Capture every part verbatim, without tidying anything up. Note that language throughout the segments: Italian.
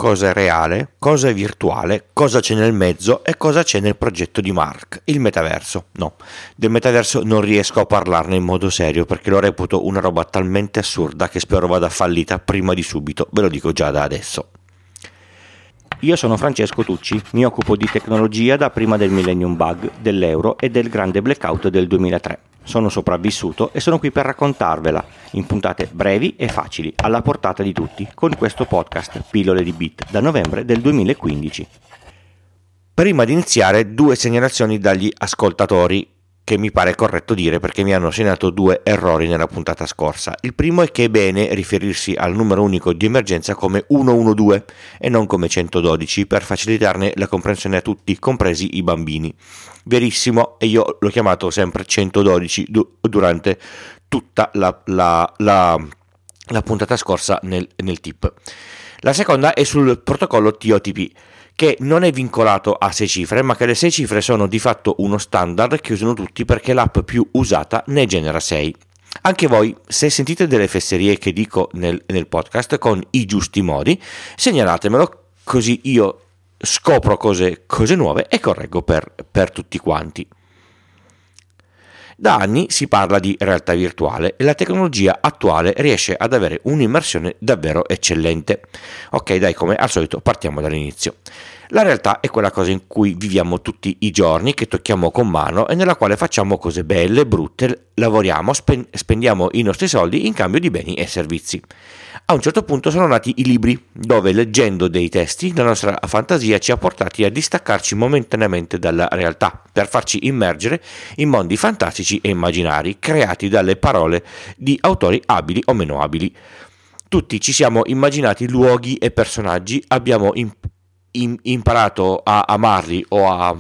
cosa è reale, cosa è virtuale, cosa c'è nel mezzo e cosa c'è nel progetto di Mark, il metaverso. No, del metaverso non riesco a parlarne in modo serio perché lo reputo una roba talmente assurda che spero vada fallita prima di subito, ve lo dico già da adesso. Io sono Francesco Tucci, mi occupo di tecnologia da prima del Millennium Bug, dell'euro e del grande blackout del duemilatré. Sono sopravvissuto e sono qui per raccontarvela, in puntate brevi e facili, alla portata di tutti, con questo podcast Pillole di Bit, da novembre del duemilaquindici. Prima di iniziare, due segnalazioni dagli ascoltatori, che mi pare corretto dire perché mi hanno segnalato due errori nella puntata scorsa. Il primo è che è bene riferirsi al numero unico di emergenza come centododici e non come centododici per facilitarne la comprensione a tutti, compresi i bambini. Verissimo, e io l'ho chiamato sempre centododici du- durante tutta la, la, la, la puntata scorsa nel, nel tip. La seconda è sul protocollo T O T P, che non è vincolato a sei cifre, ma che le sei cifre sono di fatto uno standard che usano tutti perché l'app più usata ne genera sei. Anche voi, se sentite delle fesserie che dico nel, nel podcast con i giusti modi, segnalatemelo così io scopro cose, cose nuove e correggo per, per tutti quanti. Da anni si parla di realtà virtuale e la tecnologia attuale riesce ad avere un'immersione davvero eccellente. Ok, dai, come al solito partiamo dall'inizio. La realtà è quella cosa in cui viviamo tutti i giorni, che tocchiamo con mano e nella quale facciamo cose belle, brutte, lavoriamo, spendiamo i nostri soldi in cambio di beni e servizi. A un certo punto sono nati i libri, dove leggendo dei testi la nostra fantasia ci ha portati a distaccarci momentaneamente dalla realtà, per farci immergere in mondi fantastici e immaginari, creati dalle parole di autori abili o meno abili. Tutti ci siamo immaginati luoghi e personaggi, abbiamo imp- im- imparato a amarli o a,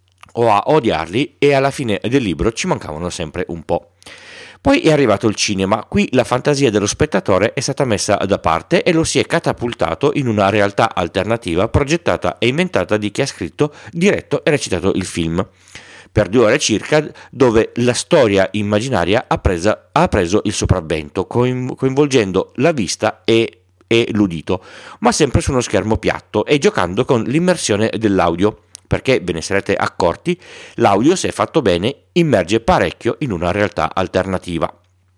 o a odiarli e alla fine del libro ci mancavano sempre un po'. Poi è arrivato il cinema, qui la fantasia dello spettatore è stata messa da parte e lo si è catapultato in una realtà alternativa progettata e inventata di chi ha scritto, diretto e recitato il film. Per due ore circa, dove la storia immaginaria ha, presa, ha preso il sopravvento, coinvolgendo la vista e, e l'udito, ma sempre su uno schermo piatto e giocando con l'immersione dell'audio. Perché, ve ne sarete accorti, l'audio, se fatto bene, immerge parecchio in una realtà alternativa.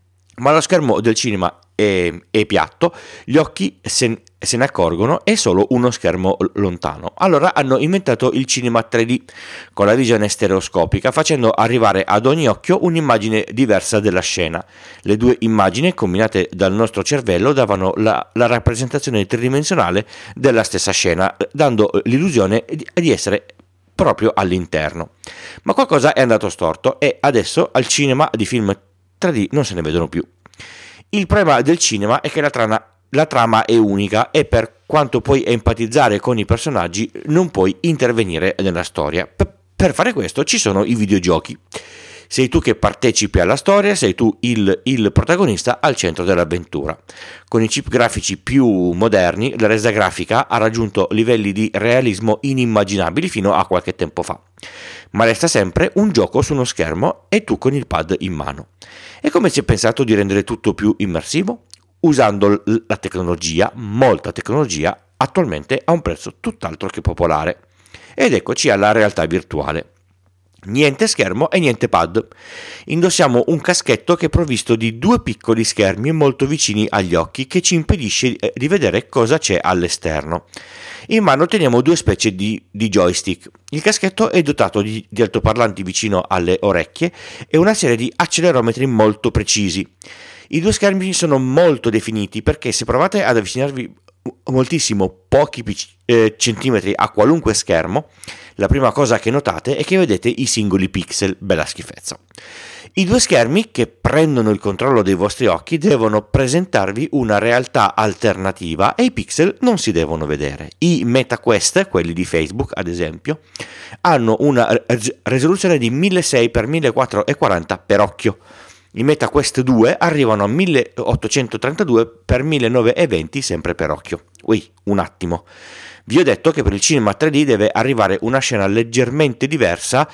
Ma lo schermo del cinema è, è piatto, gli occhi se, se ne accorgono, è solo uno schermo lontano. Allora hanno inventato il cinema tre D, con la visione stereoscopica, facendo arrivare ad ogni occhio un'immagine diversa della scena. Le due immagini, combinate dal nostro cervello, davano la, la rappresentazione tridimensionale della stessa scena, dando l'illusione di, di essere proprio all'interno. Ma qualcosa è andato storto e adesso al cinema di film tre D non se ne vedono più. Il problema del cinema è che la trama, la trama è unica e per quanto puoi empatizzare con i personaggi non puoi intervenire nella storia. P- per fare questo ci sono i videogiochi. Sei tu che partecipi alla storia, sei tu il, il protagonista al centro dell'avventura. Con i chip grafici più moderni, la resa grafica ha raggiunto livelli di realismo inimmaginabili fino a qualche tempo fa. Ma resta sempre un gioco su uno schermo e tu con il pad in mano. E come si è pensato di rendere tutto più immersivo? Usando la tecnologia, molta tecnologia, attualmente a un prezzo tutt'altro che popolare. Ed eccoci alla realtà virtuale. Niente schermo e niente pad. Indossiamo un caschetto che è provvisto di due piccoli schermi molto vicini agli occhi che ci impedisce di vedere cosa c'è all'esterno. In mano teniamo due specie di, di joystick. Il caschetto è dotato di, di altoparlanti vicino alle orecchie e una serie di accelerometri molto precisi. I due schermi sono molto definiti perché se provate ad avvicinarvi moltissimo, pochi eh, centimetri a qualunque schermo, la prima cosa che notate è che vedete i singoli pixel, bella schifezza. I due schermi che prendono il controllo dei vostri occhi devono presentarvi una realtà alternativa e i pixel non si devono vedere. I MetaQuest, quelli di Facebook ad esempio, hanno una risoluzione di milleseicento per millequattrocentoquaranta per occhio. I MetaQuest due arrivano a milleottocentotrentadue per millenovecentoventi sempre per occhio. Ui, un attimo. Vi ho detto che per il cinema tre D deve arrivare una scena leggermente diversa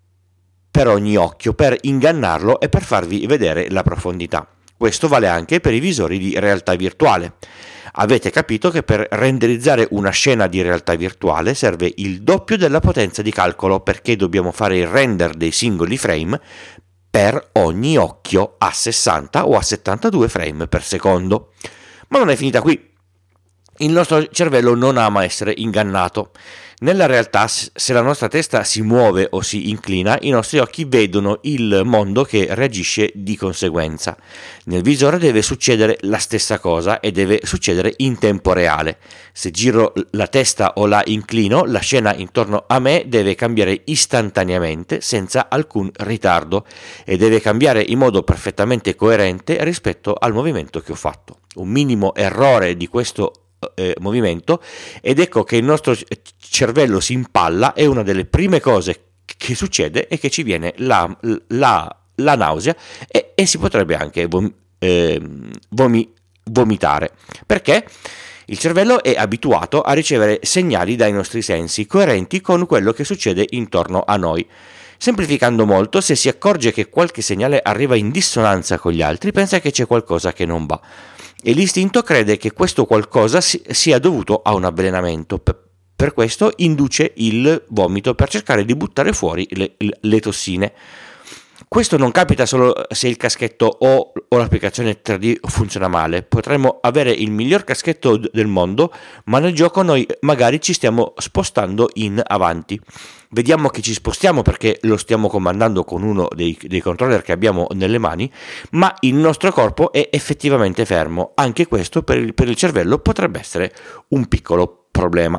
per ogni occhio, per ingannarlo e per farvi vedere la profondità. Questo vale anche per i visori di realtà virtuale. Avete capito che per renderizzare una scena di realtà virtuale serve il doppio della potenza di calcolo, perché dobbiamo fare il render dei singoli frame per ogni occhio a sessanta o a settantadue frame per secondo. Ma non è finita qui. Il nostro cervello non ama essere ingannato. Nella realtà, se la nostra testa si muove o si inclina, i nostri occhi vedono il mondo che reagisce di conseguenza. Nel visore deve succedere la stessa cosa e deve succedere in tempo reale. Se giro la testa o la inclino, la scena intorno a me deve cambiare istantaneamente, senza alcun ritardo, e deve cambiare in modo perfettamente coerente rispetto al movimento che ho fatto. Un minimo errore di questo Eh, movimento ed ecco che il nostro cervello si impalla e una delle prime cose che succede è che ci viene la, la, la nausea e, e si potrebbe anche vom, eh, vomi, vomitare, perché il cervello è abituato a ricevere segnali dai nostri sensi coerenti con quello che succede intorno a noi. Semplificando molto, se si accorge che qualche segnale arriva in dissonanza con gli altri, pensa che c'è qualcosa che non va. E l'istinto crede che questo qualcosa sia dovuto a un avvelenamento. Per questo induce il vomito per cercare di buttare fuori le, le tossine. Questo non capita solo se il caschetto o, o l'applicazione tre D funziona male. Potremmo avere il miglior caschetto del mondo, ma nel gioco noi magari ci stiamo spostando in avanti. Vediamo che ci spostiamo perché lo stiamo comandando con uno dei, dei controller che abbiamo nelle mani, ma il nostro corpo è effettivamente fermo. Anche questo per il, per il cervello potrebbe essere un piccolo problema.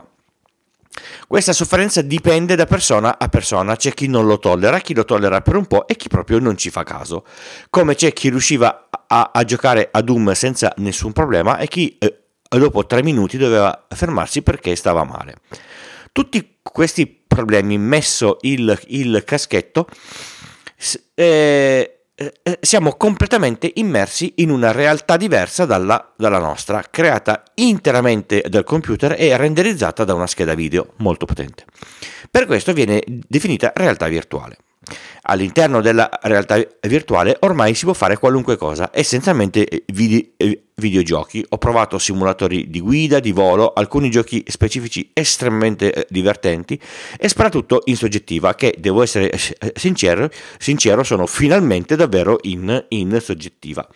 Questa sofferenza dipende da persona a persona, c'è chi non lo tollera, chi lo tollera per un po' e chi proprio non ci fa caso, come c'è chi riusciva a, a giocare a Doom senza nessun problema e chi eh, dopo tre minuti doveva fermarsi perché stava male. Tutti questi problemi, messo il, il caschetto, eh, eh, siamo completamente immersi in una realtà diversa dalla, dalla nostra, creata interamente dal computer e renderizzata da una scheda video molto potente. Per questo viene definita realtà virtuale. All'interno della realtà virtuale ormai si può fare qualunque cosa, essenzialmente video, videogiochi. Ho provato simulatori di guida, di volo, alcuni giochi specifici estremamente divertenti e soprattutto in soggettiva, che devo essere sincero, sincero sono finalmente davvero in, in soggettiva.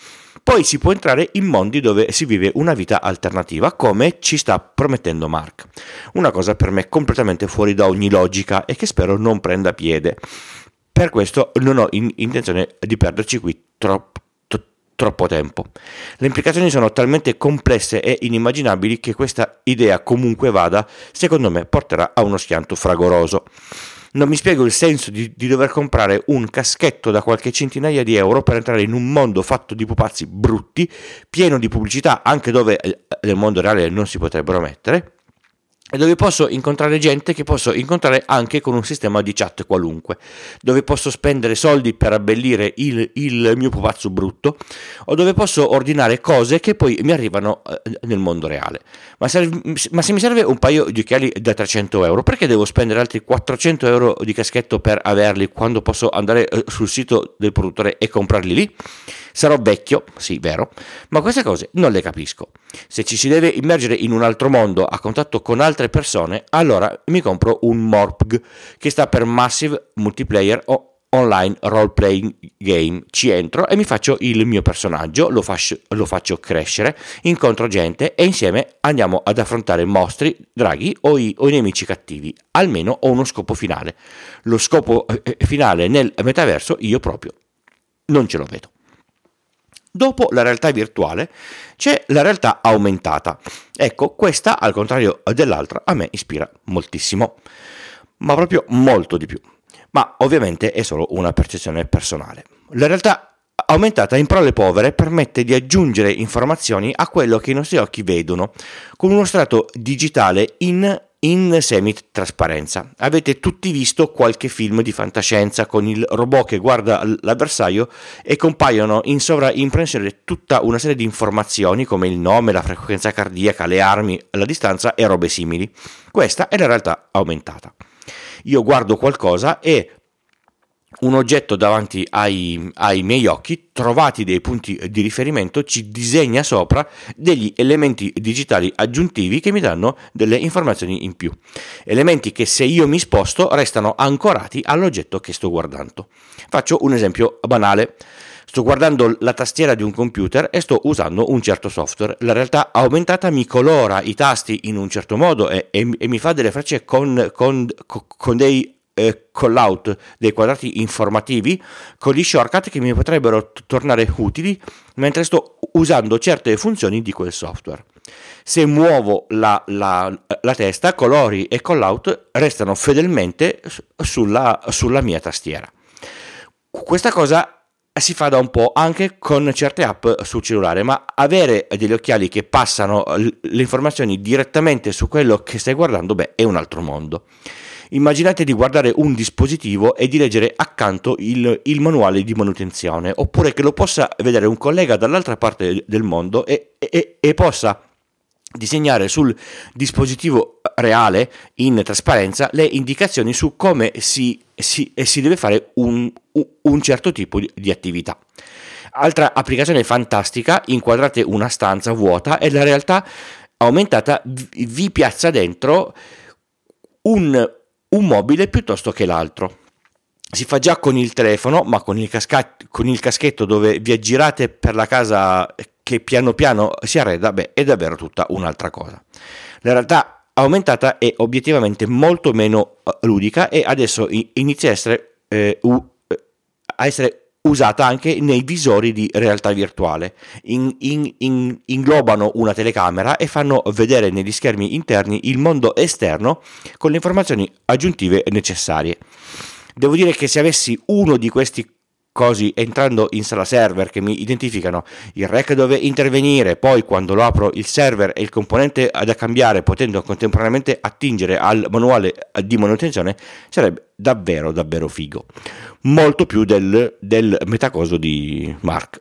Poi si può entrare in mondi dove si vive una vita alternativa, come ci sta promettendo Mark. Una cosa per me completamente fuori da ogni logica e che spero non prenda piede. Per questo non ho in- intenzione di perderci qui troppo, t- troppo tempo. Le implicazioni sono talmente complesse e inimmaginabili che questa idea, comunque vada, secondo me porterà a uno schianto fragoroso. Non mi spiego il senso di, di dover comprare un caschetto da qualche centinaia di euro per entrare in un mondo fatto di pupazzi brutti, pieno di pubblicità, anche dove nel mondo reale non si potrebbero mettere, e dove posso incontrare gente che posso incontrare anche con un sistema di chat qualunque, dove posso spendere soldi per abbellire il, il mio pupazzo brutto, o dove posso ordinare cose che poi mi arrivano nel mondo reale. Ma, serve, ma se mi serve un paio di occhiali da trecento euro, perché devo spendere altri quattrocento euro di caschetto per averli quando posso andare sul sito del produttore e comprarli lì? Sarò vecchio, sì, vero, ma queste cose non le capisco. Se ci si deve immergere in un altro mondo a contatto con altre persone, allora mi compro un M O R P G, che sta per Massive Multiplayer o Online Role Playing Game. Ci entro e mi faccio il mio personaggio, lo faccio, lo faccio crescere, incontro gente e insieme andiamo ad affrontare mostri, draghi o i, o i nemici cattivi. Almeno ho uno scopo finale. Lo scopo eh, finale nel metaverso io proprio non ce lo vedo. Dopo la realtà virtuale c'è la realtà aumentata. Ecco, questa, al contrario dell'altra, a me ispira moltissimo, ma proprio molto di più. Ma ovviamente è solo una percezione personale. La realtà aumentata, in parole povere, permette di aggiungere informazioni a quello che i nostri occhi vedono, con uno strato digitale in in semi-trasparenza. Avete tutti visto qualche film di fantascienza con il robot che guarda l'avversario e compaiono in sovraimpressione tutta una serie di informazioni come il nome, la frequenza cardiaca, le armi, la distanza e robe simili. Questa è la realtà aumentata. Io guardo qualcosa e un oggetto davanti ai, ai miei occhi, trovati dei punti di riferimento, ci disegna sopra degli elementi digitali aggiuntivi che mi danno delle informazioni in più. Elementi che, se io mi sposto, restano ancorati all'oggetto che sto guardando. Faccio un esempio banale. Sto guardando la tastiera di un computer e sto usando un certo software. La realtà aumentata mi colora i tasti in un certo modo e, e, e mi fa delle frecce con, con, con dei eh, call-out, dei quadrati informativi, con gli shortcut che mi potrebbero t- tornare utili mentre sto usando certe funzioni di quel software. Se muovo la, la, la testa, colori e call-out restano fedelmente sulla, sulla mia tastiera. Questa cosa si fa da un po' anche con certe app sul cellulare, ma avere degli occhiali che passano le informazioni direttamente su quello che stai guardando, beh, è un altro mondo. Immaginate di guardare un dispositivo e di leggere accanto il, il manuale di manutenzione, oppure che lo possa vedere un collega dall'altra parte del mondo e, e, e possa disegnare sul dispositivo reale in trasparenza le indicazioni su come si, si, si deve fare un, un certo tipo di, di attività. Altra applicazione fantastica: inquadrate una stanza vuota e la realtà aumentata vi, vi piazza dentro un, un mobile piuttosto che l'altro. Si fa già con il telefono, ma con il, casca- con il caschetto dove vi aggirate per la casa che piano piano si arreda, beh, è davvero tutta un'altra cosa. La realtà aumentata è obiettivamente molto meno ludica e adesso inizia a essere, eh, u- a essere usata anche nei visori di realtà virtuale. In, in, in, inglobano una telecamera e fanno vedere negli schermi interni il mondo esterno con le informazioni aggiuntive necessarie. Devo dire che se avessi uno di questi cosi entrando in sala server che mi identificano il rack dove intervenire, poi quando lo apro il server e il componente da cambiare, potendo contemporaneamente attingere al manuale di manutenzione, sarebbe davvero davvero figo, molto più del, del metacoso di Mark.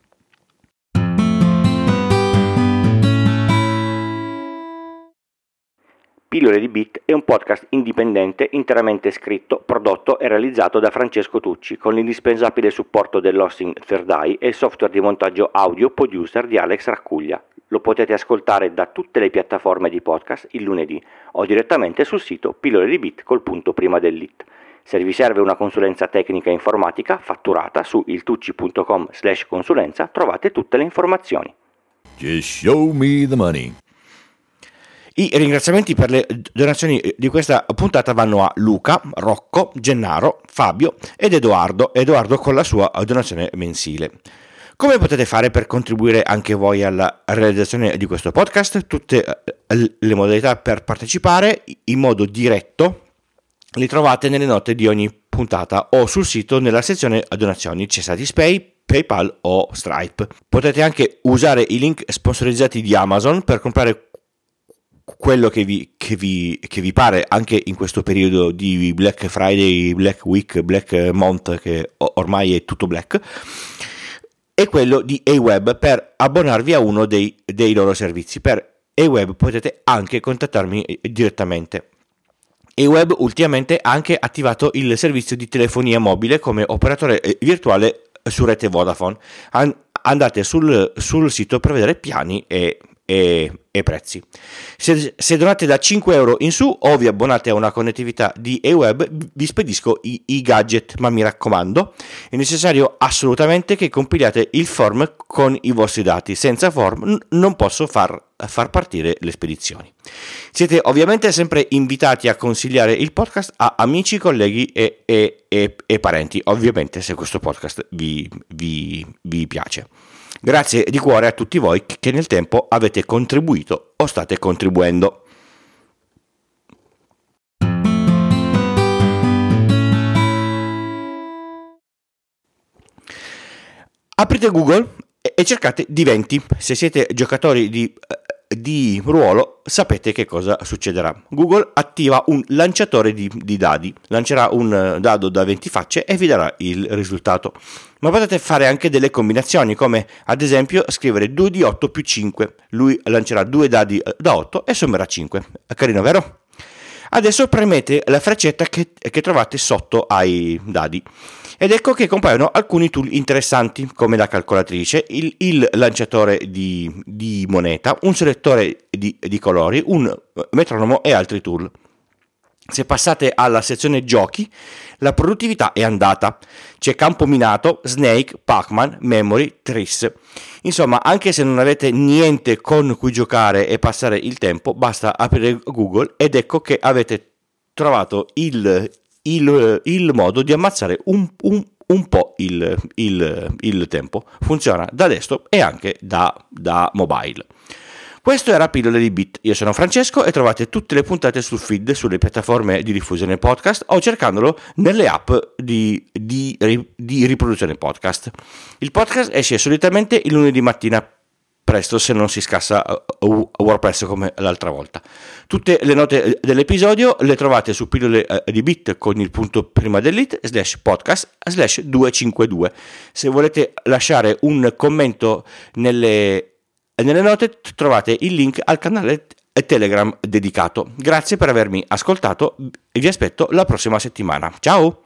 Pillole di Bit è un podcast indipendente interamente scritto, prodotto e realizzato da Francesco Tucci con l'indispensabile supporto dell'hosting Third Eye e il software di montaggio audio Producer di Alex Raccuglia. Lo potete ascoltare da tutte le piattaforme di podcast il lunedì o direttamente sul sito pillole di bit col punto prima dell'it. Se vi serve una consulenza tecnica e informatica fatturata su iltucci.com slash consulenza trovate tutte le informazioni. Just show me the money. I ringraziamenti per le donazioni di questa puntata vanno a Luca, Rocco, Gennaro, Fabio ed Edoardo, Edoardo con la sua donazione mensile. Come potete fare per contribuire anche voi alla realizzazione di questo podcast? Tutte le modalità per partecipare in modo diretto li trovate nelle note di ogni puntata o sul sito nella sezione donazioni, c'è Satispay, PayPal o Stripe. Potete anche usare i link sponsorizzati di Amazon per comprare quello che vi, che, vi, che vi pare anche in questo periodo di Black Friday, Black Week, Black Month, che ormai è tutto black, e quello di A-Web per abbonarvi a uno dei, dei loro servizi. Per A-Web potete anche contattarmi direttamente. A-Web ultimamente ha anche attivato il servizio di telefonia mobile come operatore virtuale su rete Vodafone. An- andate sul, sul sito per vedere piani e E, e prezzi. Se, se donate da cinque euro in su o vi abbonate a una connettività di A-Web, vi spedisco i, i gadget, ma mi raccomando, è necessario assolutamente che compiliate il form con i vostri dati. Senza form n- non posso far, far partire le spedizioni. Siete ovviamente sempre invitati a consigliare il podcast a amici, colleghi e, e, e, e parenti, ovviamente se questo podcast vi, vi, vi piace. Grazie di cuore a tutti voi che nel tempo avete contribuito o state contribuendo. Aprite Google e cercate Diventi. Se siete giocatori di, di ruolo sapete che cosa succederà. Google attiva un lanciatore di, di dadi, lancerà un dado da venti facce e vi darà il risultato. Ma potete fare anche delle combinazioni, come ad esempio scrivere due di otto più cinque. Lui lancerà due dadi da otto e sommerà cinque. Carino, vero? Adesso premete la freccetta che, che trovate sotto ai dadi ed ecco che compaiono alcuni tool interessanti come la calcolatrice, il, il lanciatore di, di moneta, un selettore di, di colori, un metronomo e altri tool. Se passate alla sezione giochi, la produttività è andata. C'è campo minato, Snake, Pac-Man, Memory, Tris. Insomma, anche se non avete niente con cui giocare e passare il tempo, basta aprire Google ed ecco che avete trovato il, il, il modo di ammazzare un, un, un po' il, il, il tempo. Funziona da desktop e anche da, da mobile. Questo era Pillole di Bit, io sono Francesco e trovate tutte le puntate sul feed, sulle piattaforme di diffusione podcast o cercandolo nelle app di, di, di riproduzione podcast. Il podcast esce solitamente il lunedì mattina presto se non si scassa WordPress come l'altra volta. Tutte le note dell'episodio le trovate su Pillole di Bit con il punto prima dell'it slash podcast slash duecentocinquantadue. Se volete lasciare un commento nelle E nelle note trovate il link al canale Telegram dedicato. Grazie per avermi ascoltato e vi aspetto la prossima settimana. Ciao!